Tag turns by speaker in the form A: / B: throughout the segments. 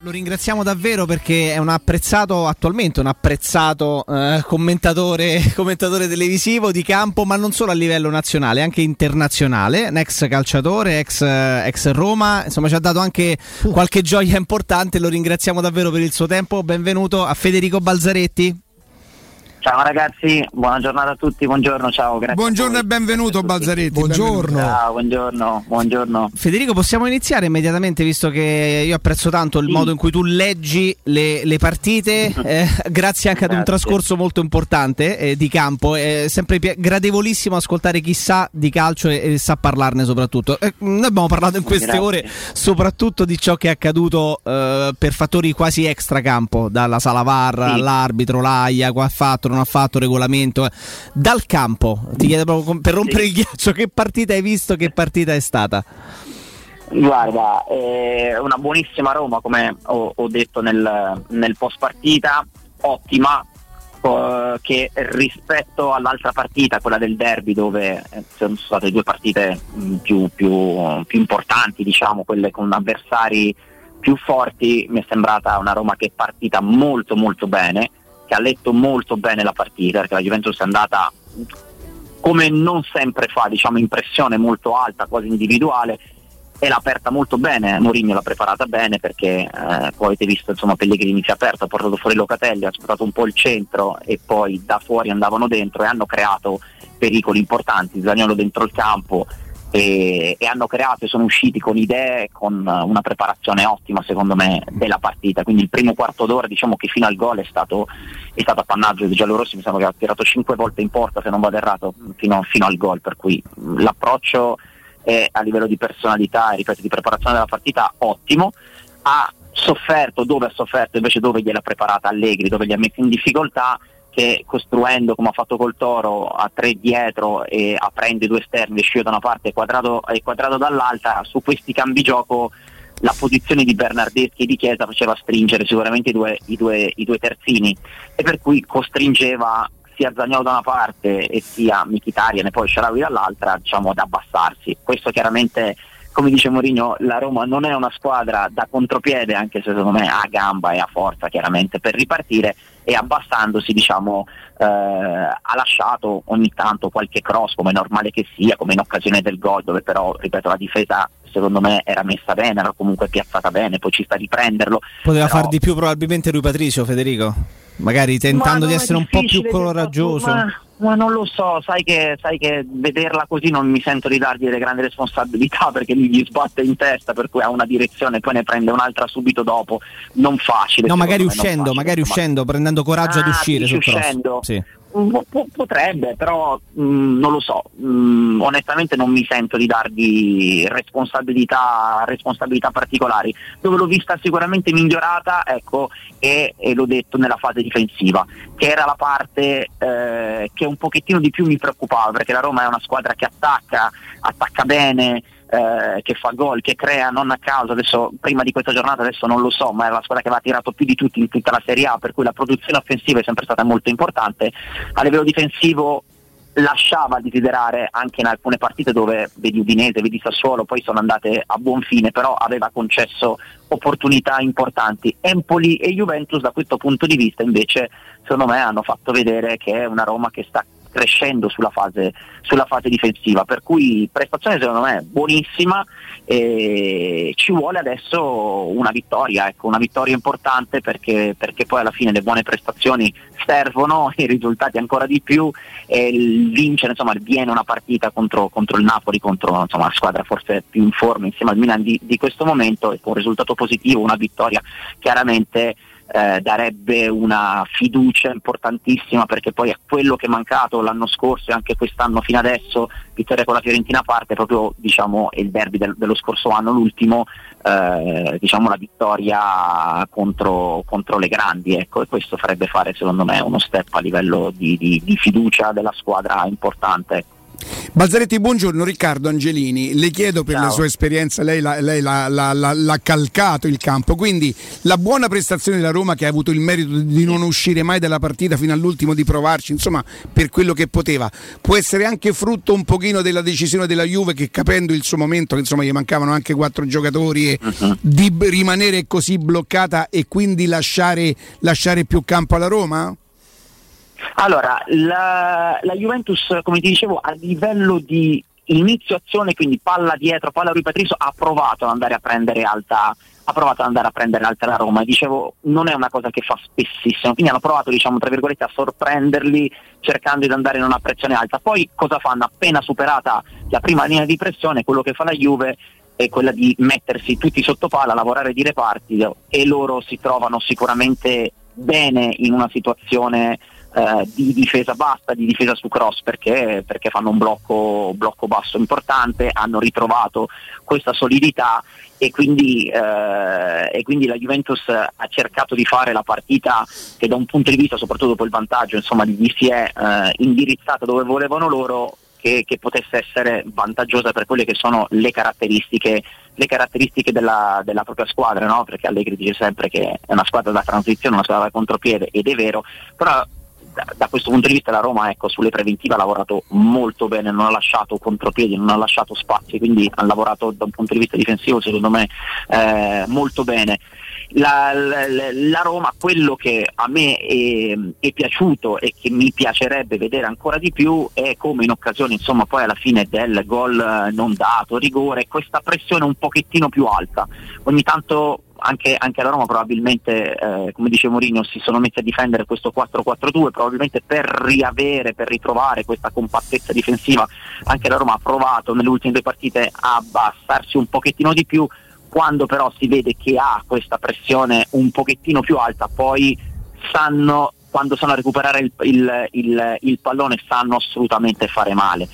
A: Lo ringraziamo davvero perché è attualmente un apprezzato commentatore televisivo di campo, ma non solo a livello nazionale, anche internazionale, un ex calciatore, ex Roma, insomma ci ha dato anche qualche gioia importante. Lo ringraziamo davvero per il suo tempo. Benvenuto a Federico Balzaretti.
B: Ciao ragazzi, buona giornata a tutti, buongiorno, ciao, grazie.
C: Buongiorno e benvenuto Balzaretti.
D: Buongiorno.
B: Ciao, buongiorno.
A: Federico, possiamo iniziare immediatamente, visto che io apprezzo tanto il modo in cui tu leggi le partite, grazie anche ad un trascorso molto importante di campo. È sempre gradevolissimo ascoltare chi sa di calcio e sa parlarne soprattutto. Noi abbiamo parlato in queste ore soprattutto di ciò che è accaduto per fattori quasi extracampo, dalla sala VAR all'arbitro, l'AIA, qua ha fatto, non ha fatto, regolamento. Dal campo, ti chiedo proprio per rompere il ghiaccio, che partita hai visto, che partita è stata?
B: Guarda, una buonissima Roma, come ho detto nel post partita, ottima, che rispetto all'altra partita, quella del derby, dove sono state due partite più importanti, diciamo, quelle con avversari più forti, mi è sembrata una Roma che è partita molto molto bene, che ha letto molto bene la partita, perché la Juventus è andata come non sempre fa, diciamo, impressione molto alta, quasi individuale, e l'ha aperta molto bene. Mourinho l'ha preparata bene, perché poi avete visto, insomma, Pellegrini si è aperto, ha portato fuori Locatelli, ha sfruttato un po' il centro e poi da fuori andavano dentro e hanno creato pericoli importanti. Zaniolo dentro il campo, e hanno creato e sono usciti con idee, con una preparazione ottima secondo me della partita. Quindi il primo quarto d'ora, diciamo che fino al gol è stato appannaggio dei giallorossi. Mi sembra che ha tirato 5 volte in porta, se non vado errato, fino al gol, per cui l'approccio è, a livello di personalità e, ripeto, di preparazione della partita, ottimo. Ha sofferto invece dove gliel'ha preparata Allegri, dove li ha messi in difficoltà, che costruendo, come ha fatto col Toro, a 3 dietro e aprendo i due esterni, Scio da una parte e Quadrado dall'altra, su questi cambi-gioco la posizione di Bernardeschi e di Chiesa faceva stringere sicuramente i due terzini, e per cui costringeva sia Zaniolo da una parte e sia Mkhitaryan e poi Shaarawy dall'altra, diciamo, ad abbassarsi. Questo chiaramente, come dice Mourinho, la Roma non è una squadra da contropiede, anche se secondo me ha gamba e ha forza chiaramente per ripartire, e abbassandosi, diciamo, ha lasciato ogni tanto qualche cross, come è normale che sia, come in occasione del gol, dove però, ripeto, la difesa secondo me era messa bene, era comunque piazzata bene, poi ci sta a riprenderlo.
A: Poteva far di più probabilmente Rui Patricio, Federico, magari tentando di essere un po' più coraggioso.
B: Ma non lo so, sai che vederla così non mi sento di dargli delle grandi responsabilità, perché lui gli sbatte in testa, per cui ha una direzione e poi ne prende un'altra subito dopo. Non facile.
A: No, magari uscendo, prendendo coraggio ad uscire sul cross. Sì.
B: Potrebbe, però non lo so, onestamente non mi sento di dargli responsabilità particolari. Dove l'ho vista sicuramente migliorata, ecco, e l'ho detto, nella fase difensiva, che era la parte che un pochettino di più mi preoccupava, perché la Roma è una squadra che attacca bene, che fa gol, che crea, non a caso, adesso prima di questa giornata, adesso non lo so, ma era la squadra che aveva tirato più di tutti in tutta la Serie A, per cui la produzione offensiva è sempre stata molto importante. A livello difensivo lasciava a desiderare anche in alcune partite, dove vedi Udinese, vedi Sassuolo, poi sono andate a buon fine, però aveva concesso opportunità importanti. Empoli e Juventus da questo punto di vista invece secondo me hanno fatto vedere che è una Roma che sta crescendo sulla fase difensiva, per cui prestazione secondo me buonissima, e ci vuole adesso una vittoria importante, perché poi alla fine le buone prestazioni servono, i risultati ancora di più, e vincere, insomma, viene una partita contro il Napoli, contro, insomma, la squadra forse più in forma insieme al Milan di questo momento, e con un risultato positivo, una vittoria chiaramente darebbe una fiducia importantissima, perché poi è quello che è mancato l'anno scorso e anche quest'anno fino adesso, vittoria con la Fiorentina a parte, proprio, diciamo, il derby dello scorso anno, l'ultimo, diciamo, la vittoria contro le grandi, ecco, e questo farebbe fare secondo me uno step a livello di fiducia della squadra importante.
C: Balzaretti, buongiorno, Riccardo Angelini, le chiedo per la sua esperienza, lei l'ha calcato il campo, quindi la buona prestazione della Roma, che ha avuto il merito di non uscire mai dalla partita fino all'ultimo, di provarci, insomma, per quello che poteva, può essere anche frutto un pochino della decisione della Juve, che capendo il suo momento, che insomma gli mancavano anche 4 giocatori, e di rimanere così bloccata e quindi lasciare più campo alla Roma?
B: Allora, la Juventus, come ti dicevo, a livello di inizio azione, quindi palla dietro, palla ripatricio, ha provato ad andare a prendere alta la Roma. Dicevo, non è una cosa che fa spessissimo, quindi hanno provato, diciamo, tra virgolette, a sorprenderli cercando di andare in una pressione alta. Poi cosa fanno? Appena superata la prima linea di pressione, quello che fa la Juve è quella di mettersi tutti sotto palla, lavorare di reparti, e loro si trovano sicuramente bene in una situazione di difesa bassa, di difesa su cross, perché fanno un blocco basso importante, hanno ritrovato questa solidità, e quindi la Juventus ha cercato di fare la partita che, da un punto di vista, soprattutto dopo il vantaggio, insomma, gli si è indirizzata dove volevano loro, che potesse essere vantaggiosa per quelle che sono le caratteristiche della propria squadra, no? Perché Allegri dice sempre che è una squadra da transizione, una squadra da contropiede, ed è vero, però da questo punto di vista la Roma, ecco, sulle preventive ha lavorato molto bene, non ha lasciato contropiedi, non ha lasciato spazi, quindi ha lavorato da un punto di vista difensivo, secondo me, molto bene. La Roma, quello che a me è piaciuto e che mi piacerebbe vedere ancora di più, è come in occasione, insomma, poi alla fine del gol non dato, rigore, questa pressione un pochettino più alta. Ogni tanto anche la Roma, probabilmente, come dice Mourinho, si sono messi a difendere questo 4-4-2, probabilmente per ritrovare questa compattezza difensiva. Anche la Roma ha provato nelle ultime 2 partite a abbassarsi un pochettino di più. Quando però si vede che ha questa pressione un pochettino più alta, poi quando sanno recuperare il pallone, sanno assolutamente fare male.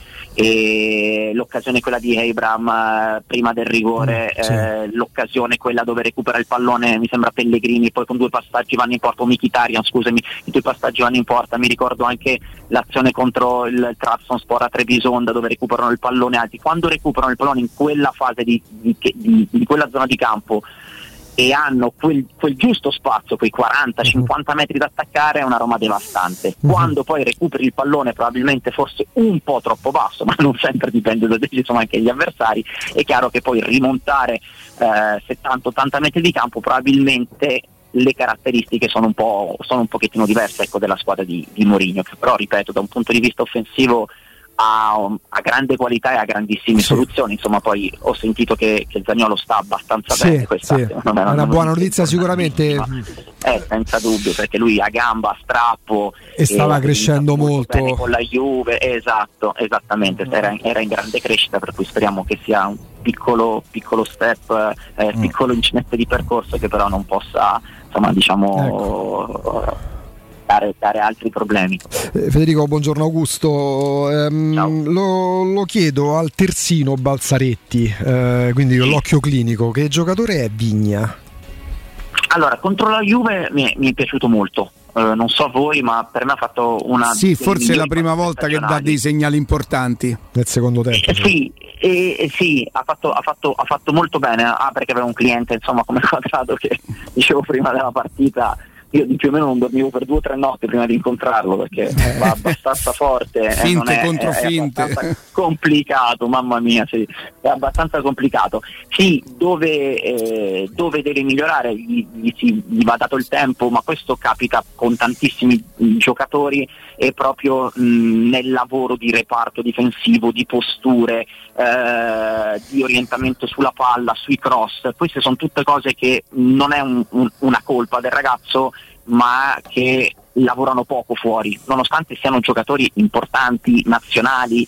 B: E l'occasione quella di Abraham prima del rigore, l'occasione quella dove recupera il pallone, mi sembra Pellegrini, poi con 2 passaggi vanno in porta, o Mkhitaryan, scusami, i 2 passaggi vanno in porta. Mi ricordo anche l'azione contro il Trabzonspor a Trebisonda, dove recuperano il pallone alti. Quando recuperano il pallone in quella fase di quella zona di campo, e hanno quel giusto spazio, quei 40-50 metri da attaccare, è una Roma devastante. Quando poi recuperi il pallone, probabilmente forse un po' troppo basso, ma non sempre, dipende da decisione anche gli avversari, è chiaro che poi rimontare 70-80 metri di campo, probabilmente le caratteristiche sono un pochettino diverse, ecco, della squadra di Mourinho, che però, ripeto, da un punto di vista offensivo ha grande qualità e ha grandissime soluzioni. Insomma, poi ho sentito che Zaniolo sta abbastanza bene quest'anno.
D: È una buona notizia sicuramente,
B: senza dubbio, perché lui ha gamba, a strappo,
D: e stava crescendo molto
B: bene con la Juve. Esattamente, era in grande crescita, per cui speriamo che sia un piccolo step, piccolo incidente di percorso, che però non possa, insomma, diciamo, dare altri problemi.
D: Federico, buongiorno. Augusto, lo chiedo al terzino Balzaretti, quindi con l'occhio clinico, che giocatore è Vigna?
B: Allora, contro la Juve mi è piaciuto molto. Non so voi, ma per me ha fatto una...
C: Sì, forse è la prima volta che dà dei segnali importanti
D: nel secondo tempo.
B: Sì, ha fatto molto bene, perché aveva un cliente, insomma, come Quadrato, che dicevo prima della partita. Io più o meno non dormivo per 2 o 3 notti prima di incontrarlo, perché va abbastanza forte,
C: finte contro finte,
B: è abbastanza complicato, mamma mia, sì, è abbastanza complicato. Sì, dove deve migliorare gli va dato il tempo, ma questo capita con tantissimi giocatori, è proprio nel lavoro di reparto difensivo, di posture, di orientamento sulla palla, sui cross. Queste sono tutte cose che non è una colpa del ragazzo, ma che lavorano poco fuori, nonostante siano giocatori importanti, nazionali,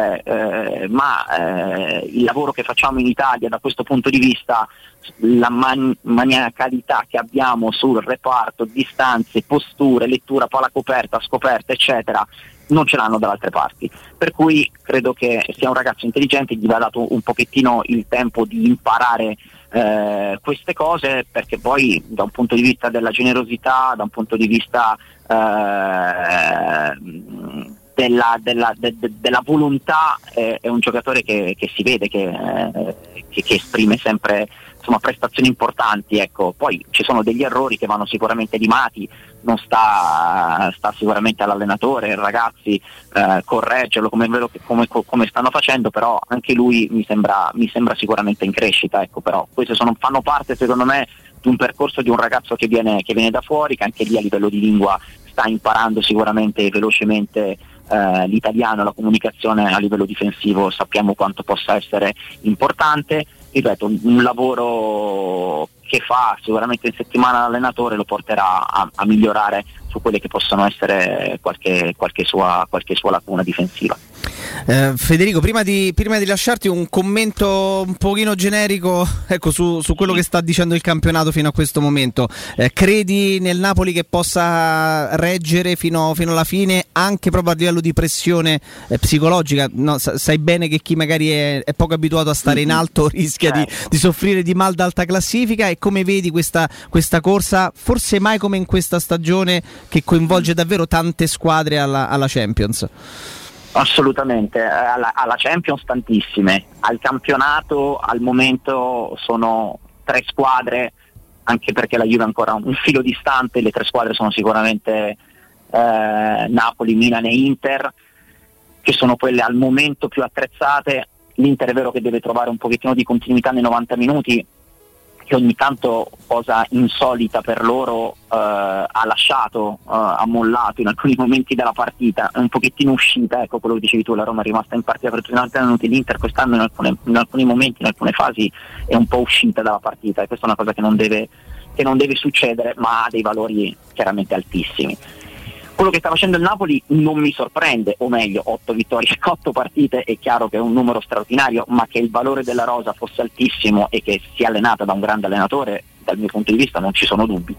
B: ma il lavoro che facciamo in Italia da questo punto di vista, la maniacalità che abbiamo sul reparto, distanze, posture, lettura, palla coperta, scoperta, eccetera, non ce l'hanno dalle altre parti, per cui credo che sia un ragazzo intelligente, gli va dato un pochettino il tempo di imparare queste cose, perché poi da un punto di vista della generosità, da un punto di vista della volontà, è un giocatore che si vede che esprime sempre, insomma, prestazioni importanti, ecco. Poi ci sono degli errori che vanno sicuramente limati, non sta sicuramente all'allenatore, ragazzi, correggerlo come stanno facendo, però anche lui mi sembra sicuramente in crescita, ecco. Però queste fanno parte, secondo me, di un percorso di un ragazzo che viene da fuori, che anche lì a livello di lingua sta imparando sicuramente velocemente l'italiano, la comunicazione a livello difensivo sappiamo quanto possa essere importante. Ripeto, un lavoro che fa sicuramente in settimana l'allenatore lo porterà a migliorare su quelle che possono essere qualche sua lacuna difensiva.
A: Federico, prima di lasciarti un commento un pochino generico, ecco, su quello che sta dicendo il campionato fino a questo momento. Credi nel Napoli che possa reggere fino alla fine, anche proprio a livello di pressione psicologica? No, sai bene che chi magari è poco abituato a stare in alto rischia di soffrire di mal d'alta classifica. E come vedi questa corsa, forse mai come in questa stagione, che coinvolge davvero tante squadre alla Champions?
B: Assolutamente, alla Champions tantissime, al campionato al momento sono 3 squadre, anche perché la Juve è ancora un filo distante. Le 3 squadre sono sicuramente Napoli, Milan e Inter, che sono quelle al momento più attrezzate. L'Inter è vero che deve trovare un pochettino di continuità nei 90 minuti, che ogni tanto, cosa insolita per loro, ha lasciato, ha mollato in alcuni momenti della partita, è un pochettino uscita, ecco quello che dicevi tu, la Roma è rimasta in partita per tutti i 90 minuti, l'Inter quest'anno in alcuni momenti, in alcune fasi è un po' uscita dalla partita, e questa è una cosa che non deve succedere, ma ha dei valori chiaramente altissimi. Quello che sta facendo il Napoli non mi sorprende, o meglio, 8 vittorie, 8 partite, è chiaro che è un numero straordinario, ma che il valore della rosa fosse altissimo e che sia allenata da un grande allenatore, dal mio punto di vista non ci sono dubbi.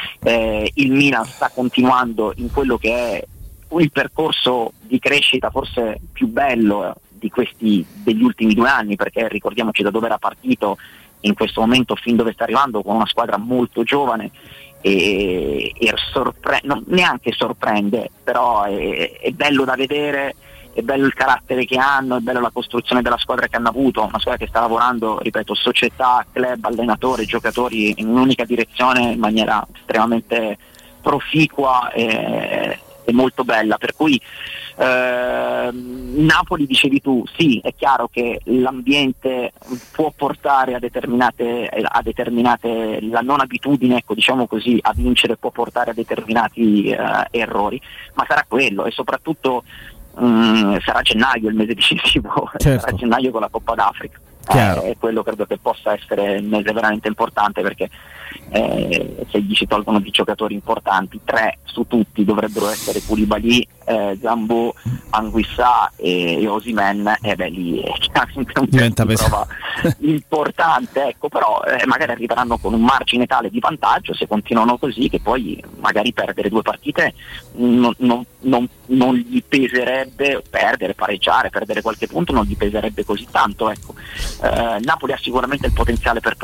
B: Il Milan sta continuando in quello che è il percorso di crescita forse più bello degli ultimi 2 anni, perché ricordiamoci da dove era partito, in questo momento fin dove sta arrivando, con una squadra molto giovane. Neanche sorprende, però è bello da vedere, è bello il carattere che hanno, è bella la costruzione della squadra che hanno avuto, una squadra che sta lavorando, ripeto, società, club, allenatore, giocatori in un'unica direzione in maniera estremamente proficua e molto bella, per cui Napoli, dicevi tu, sì, è chiaro che l'ambiente può portare a determinate la non abitudine, ecco, diciamo così, a vincere può portare a determinati errori, ma sarà quello, e soprattutto sarà gennaio il mese decisivo. Certo. Sarà gennaio con la Coppa d'Africa, e quello credo che possa essere il mese veramente importante, perché se gli si tolgono di giocatori importanti, 3 su tutti dovrebbero essere Koulibaly, Zambò, Anguissà e Osimhen, e lì è chiaramente un prova importante, ecco. Però magari arriveranno con un margine tale di vantaggio, se continuano così, che poi magari perdere 2 partite non gli peserebbe, perdere qualche punto non gli peserebbe così tanto, ecco. Napoli ha sicuramente il potenziale per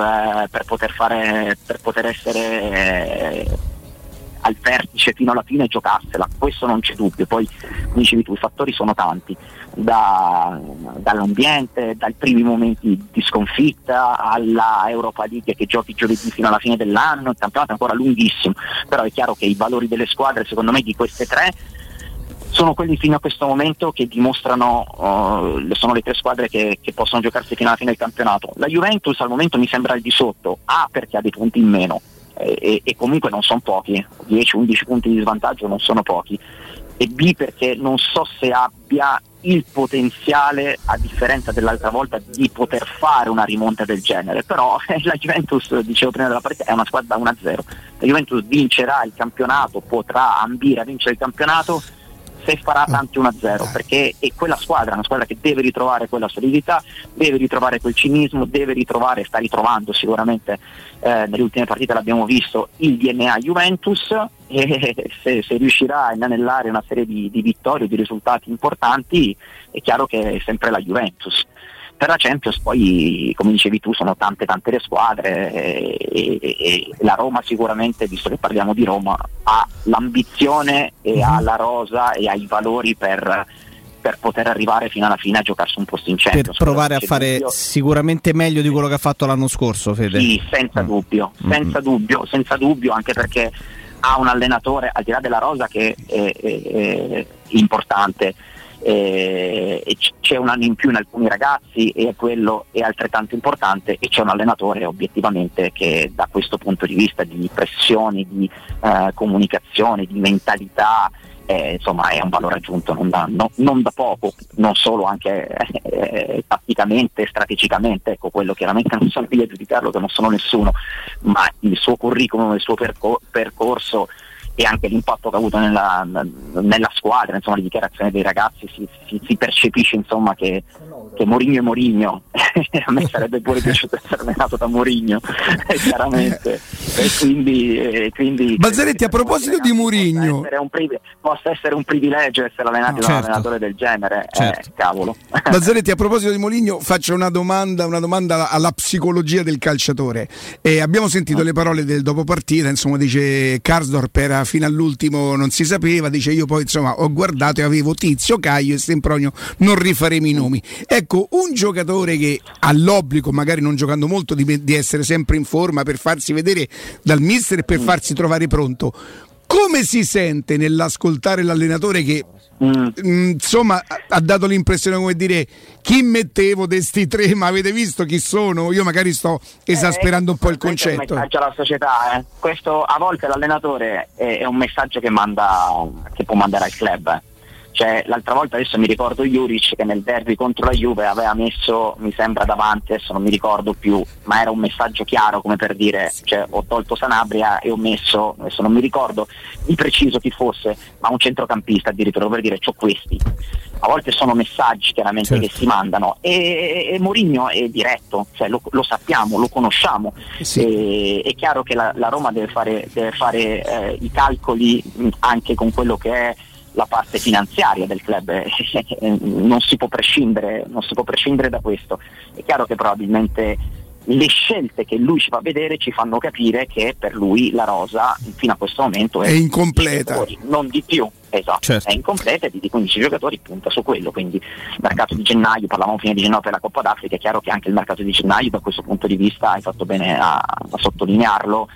B: poter essere al vertice fino alla fine e giocarsela, questo non c'è dubbio. Poi, come dicevi tu, i fattori sono tanti, dall'ambiente, dai primi momenti di sconfitta alla Europa League che giochi giovedì fino alla fine dell'anno, il campionato è ancora lunghissimo, però è chiaro che i valori delle squadre, secondo me, di queste 3 sono quelli fino a questo momento che dimostrano, sono le 3 squadre che possono giocarsi fino alla fine del campionato. La Juventus al momento mi sembra al di sotto, perché ha dei punti in meno, e comunque non sono pochi, 10-11 punti di svantaggio non sono pochi, e B perché non so se abbia il potenziale, a differenza dell'altra volta, di poter fare una rimonta del genere. Però la Juventus, dicevo prima della partita, è una squadra da 1-0, la Juventus vincerà il campionato, potrà ambire a vincere il campionato se farà tanti 1-0, perché è quella squadra, una squadra che deve ritrovare quella solidità, deve ritrovare quel cinismo, sta ritrovando sicuramente, nelle ultime partite l'abbiamo visto, il DNA Juventus, e se riuscirà a inanellare una serie di vittorie, di risultati importanti, è chiaro che è sempre la Juventus. Per la Champions poi, come dicevi tu, sono tante le squadre e la Roma sicuramente, visto che parliamo di Roma, ha l'ambizione e ha la rosa e ha i valori per poter arrivare fino alla fine a giocarsi un posto in Champions.
A: Per provare a fare sicuramente meglio di quello che ha fatto l'anno scorso, Fede.
B: Sì, senza dubbio, anche perché ha un allenatore, al di là della rosa, che è importante. E c'è un anno in più in alcuni ragazzi e quello è altrettanto importante, e c'è un allenatore obiettivamente che da questo punto di vista di pressioni, di comunicazione, di mentalità, insomma è un valore aggiunto non da poco, non solo, anche tatticamente, strategicamente. Ecco, quello chiaramente non sono io a giudicarlo, che non sono nessuno, ma il suo curriculum, il suo percorso e anche l'impatto che ha avuto nella squadra, insomma, le dichiarazioni dei ragazzi, si percepisce, insomma, che Mourinho è Mourinho. A me sarebbe pure piaciuto essere allenato da Mourinho, chiaramente, e quindi
C: Balzaretti, a proposito di Mourinho,
B: possa essere un privilegio essere allenato da un allenatore del genere, cavolo.
C: Balzaretti, a proposito di Mourinho, faccio una domanda alla psicologia del calciatore. Abbiamo sentito le parole del dopo partita, insomma, dice Karsdorp era fino all'ultimo non si sapeva, dice io poi insomma ho guardato e avevo Tizio, Caio e Sempronio, non rifaremo i nomi. Ecco, un giocatore che ha l'obbligo, magari non giocando molto, di essere sempre in forma per farsi vedere dal mister e per farsi trovare pronto, come si sente nell'ascoltare l'allenatore che insomma ha dato l'impressione, come dire, chi mettevo di sti tre, ma avete visto chi sono? Io magari sto esasperando un po' il concetto.
B: È un messaggio alla società, questo a volte l'allenatore è un messaggio che può mandare al club. Cioè, l'altra volta, adesso mi ricordo Juric che nel derby contro la Juve aveva messo, mi sembra, davanti, adesso non mi ricordo più, ma era un messaggio chiaro, come per dire, cioè, ho tolto Sanabria e ho messo, adesso non mi ricordo di preciso chi fosse, ma un centrocampista addirittura, per dire c'ho questi. A volte sono messaggi chiaramente che si mandano, e Mourinho è diretto, cioè lo sappiamo, lo conosciamo. Sì. È chiaro che la Roma deve fare i calcoli anche con quello che è la parte finanziaria del club, non si può prescindere da questo. È chiaro che probabilmente le scelte che lui ci fa vedere ci fanno capire che per lui la rosa fino a questo momento è
C: incompleta,
B: non di più. Esatto, certo. È incompleta, di 15 giocatori punta su quello, quindi mercato di gennaio, parlavamo fine di gennaio per la Coppa d'Africa, è chiaro che anche il mercato di gennaio da questo punto di vista hai fatto bene a sottolinearlo,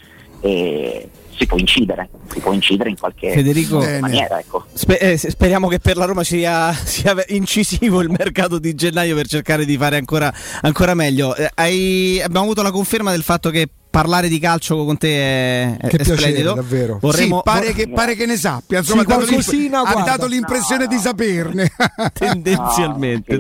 B: e si può incidere in qualche maniera, ecco.
A: Speriamo che per la Roma sia incisivo il mercato di gennaio per cercare di fare ancora meglio. Abbiamo avuto la conferma del fatto che parlare di calcio con te è splendido,
C: davvero. Pare che ne sappia, insomma, ha dato l'impressione di saperne.
A: tendenzialmente.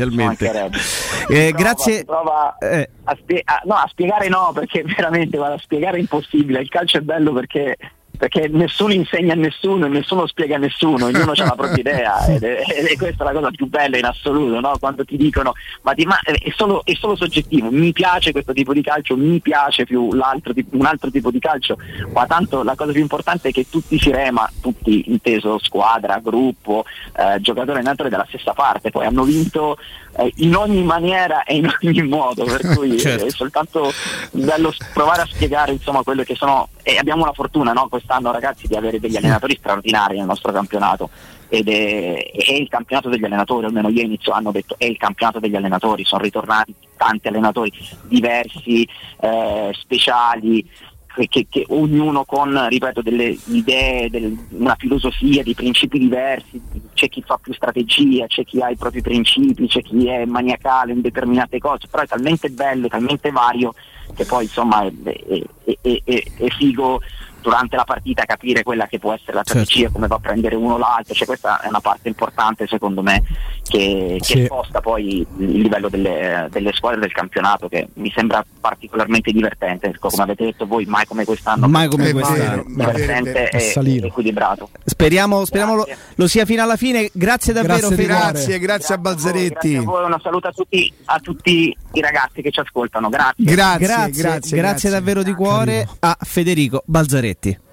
A: Grazie.
B: Prova a spiegare, no, perché veramente a spiegare è impossibile. Il calcio è bello perché nessuno insegna a nessuno e nessuno spiega a nessuno, ognuno ha la propria idea, ed è questa la cosa più bella in assoluto, no? Quando ti dicono ma è solo soggettivo, mi piace questo tipo di calcio, mi piace più un altro tipo di calcio, ma tanto la cosa più importante è che tutti si rema, tutti inteso squadra, gruppo, giocatore e allenatore dalla stessa parte, poi hanno vinto in ogni maniera e in ogni modo, per cui certo. È soltanto bello provare a spiegare, insomma, quello che sono, e abbiamo la fortuna, no, quest'anno, ragazzi, di avere degli allenatori straordinari nel nostro campionato, ed è il campionato degli allenatori, almeno io inizio anno ho detto è il campionato degli allenatori, sono ritornati tanti allenatori diversi, speciali, che ognuno con, ripeto, delle idee, una filosofia, dei principi diversi. C'è chi fa più strategia, c'è chi ha i propri principi, c'è chi è maniacale in determinate cose, però è talmente bello, talmente vario, che poi insomma è figo durante la partita capire quella che può essere la strategia, certo. Come va a prendere uno o l'altro, cioè questa è una parte importante secondo me che sposta poi il livello delle squadre del campionato, che mi sembra particolarmente divertente, come avete detto voi, mai come quest'anno, divertente e equilibrato.
A: Speriamo lo sia fino alla fine. Grazie davvero,
C: grazie a Balzaretti,
B: grazie a voi, un saluto a tutti i ragazzi che ci ascoltano, grazie
A: davvero di cuore a Federico Balzaretti.